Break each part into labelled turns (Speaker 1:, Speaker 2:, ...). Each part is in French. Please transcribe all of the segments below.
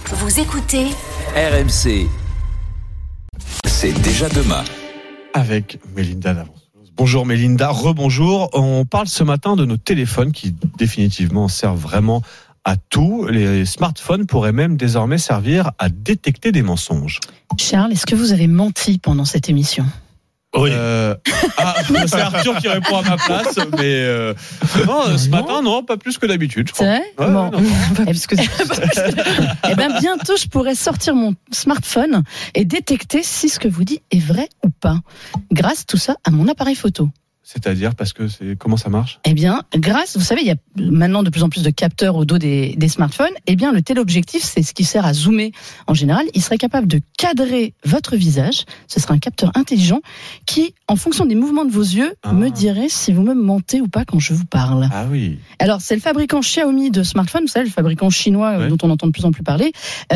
Speaker 1: Vous écoutez
Speaker 2: RMC. C'est déjà demain.
Speaker 3: Avec Mélinda Davos. Bonjour Mélinda, rebonjour. On parle ce matin de nos téléphones qui définitivement servent vraiment à tout. Les smartphones pourraient même désormais servir à détecter des mensonges.
Speaker 4: Charles, est-ce que vous avez menti pendant cette émission ?
Speaker 3: Oui. C'est Arthur qui répond à ma place, mais non, ce matin, non, pas plus que d'habitude, je crois.
Speaker 4: C'est vrai ? Bon.
Speaker 3: Parce que
Speaker 4: Eh bien, bientôt, je pourrais sortir mon smartphone et détecter si ce que vous dites est vrai ou pas. Grâce, tout ça, à mon appareil photo.
Speaker 3: C'est-à-dire, parce que comment ça marche ?
Speaker 4: Eh bien, grâce, vous savez, il y a maintenant de plus en plus de capteurs au dos des smartphones. Eh bien, le téléobjectif, c'est ce qui sert à zoomer. En général, il serait capable de cadrer votre visage. Ce serait un capteur intelligent qui, en fonction des mouvements de vos yeux, me dirait si vous me mentez ou pas quand je vous parle.
Speaker 3: Ah oui.
Speaker 4: Alors, c'est le fabricant Xiaomi de smartphones, vous savez, le fabricant chinois dont on entend de plus en plus parler,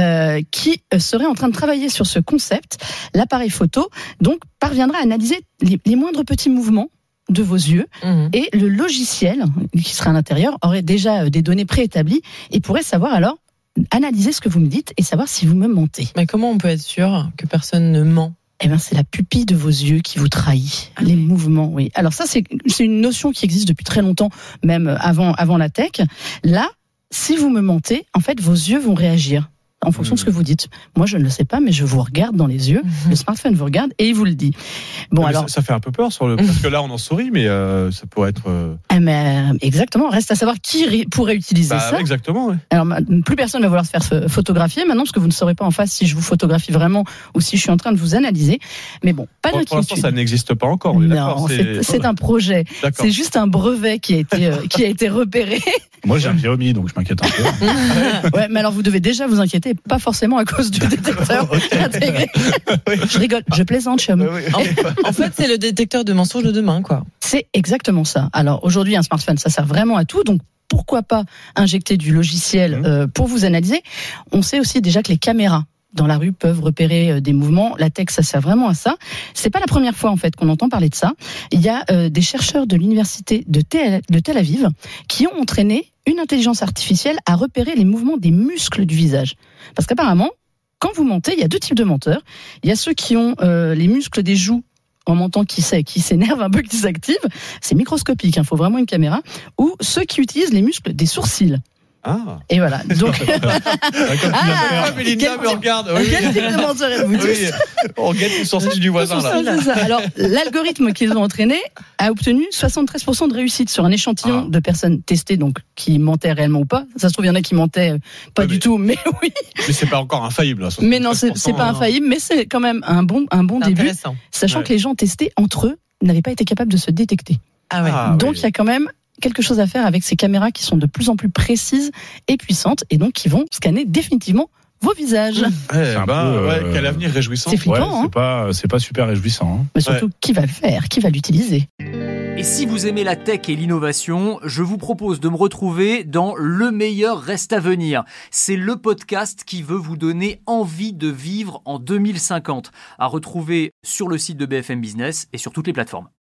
Speaker 4: qui serait en train de travailler sur ce concept. L'appareil photo, donc, parviendra à analyser les moindres petits mouvements de vos yeux, et le logiciel qui sera à l'intérieur aurait déjà des données préétablies et pourrait savoir alors analyser ce que vous me dites et savoir si vous me mentez.
Speaker 5: Mais comment on peut être sûr que personne ne ment ?
Speaker 4: Eh bien, c'est la pupille de vos yeux qui vous trahit. Les mouvements, oui. Alors ça, c'est une notion qui existe depuis très longtemps, même avant la tech. Là, si vous me mentez, en fait, vos yeux vont réagir en fonction de ce que vous dites. Moi, je ne le sais pas, mais je vous regarde dans les yeux. Le smartphone vous regarde et il vous le dit. Bon, alors
Speaker 3: ça fait un peu peur parce que là, on en sourit, mais ça pourrait être.
Speaker 4: Exactement. Reste à savoir qui pourrait utiliser ça.
Speaker 3: Exactement. Ouais.
Speaker 4: Alors, plus personne va vouloir se faire photographier maintenant, parce que vous ne saurez pas en face si je vous photographie vraiment ou si je suis en train de vous analyser. Mais bon, pas d'inquiétude.
Speaker 3: Pour l'instant, ça n'existe pas encore. On est
Speaker 4: non, c'est un projet.
Speaker 3: D'accord.
Speaker 4: C'est juste un brevet qui a été repéré.
Speaker 6: Moi, j'ai un Xiaomi, donc je m'inquiète un peu.
Speaker 4: Ouais, mais alors vous devez déjà vous inquiéter, pas forcément à cause du détecteur intégré. Je rigole, je plaisante, Xiaomi.
Speaker 5: En fait, c'est le détecteur de mensonges de demain, quoi.
Speaker 4: C'est exactement ça. Alors aujourd'hui, un smartphone, ça sert vraiment à tout, donc pourquoi pas injecter du logiciel pour vous analyser. On sait aussi déjà que les caméras dans la rue peuvent repérer des mouvements. La tech, ça sert vraiment à ça. C'est pas la première fois en fait qu'on entend parler de ça. Il y a des chercheurs de l'université de Tel Aviv qui ont entraîné une intelligence artificielle à repérer les mouvements des muscles du visage. Parce qu'apparemment, quand vous mentez, il y a deux types de menteurs. Il y a ceux qui ont les muscles des joues en mentant qui s'énervent un peu, qui s'activent. C'est microscopique, il faut vraiment une caméra. Ou ceux qui utilisent les muscles des sourcils.
Speaker 3: Ah.
Speaker 4: Et voilà. Donc,
Speaker 3: Mélinda me regarde.
Speaker 4: Quel type de menteur êtes-vous tous ?
Speaker 3: On guette le sourcil du voisin là.
Speaker 4: C'est ça. Alors, l'algorithme qu'ils ont entraîné a obtenu 73% de réussite sur un échantillon de personnes testées, donc qui mentaient réellement ou pas. Ça se trouve, il y en a qui mentaient pas du tout, mais oui.
Speaker 3: Mais c'est pas encore infaillible. Là,
Speaker 4: mais non, c'est pas infaillible, mais c'est quand même un bon début. Sachant que les gens testés entre eux n'avaient pas été capables de se détecter. Donc il y a quand même quelque chose à faire avec ces caméras qui sont de plus en plus précises et puissantes et donc qui vont scanner définitivement vos visages.
Speaker 3: Quel avenir réjouissant.
Speaker 4: C'est flippant,
Speaker 6: c'est pas super réjouissant.
Speaker 4: Mais surtout, qui va le faire ? Qui va l'utiliser ?
Speaker 7: Et si vous aimez la tech et l'innovation, je vous propose de me retrouver dans Le meilleur reste à venir. C'est le podcast qui veut vous donner envie de vivre en 2050. À retrouver sur le site de BFM Business et sur toutes les plateformes.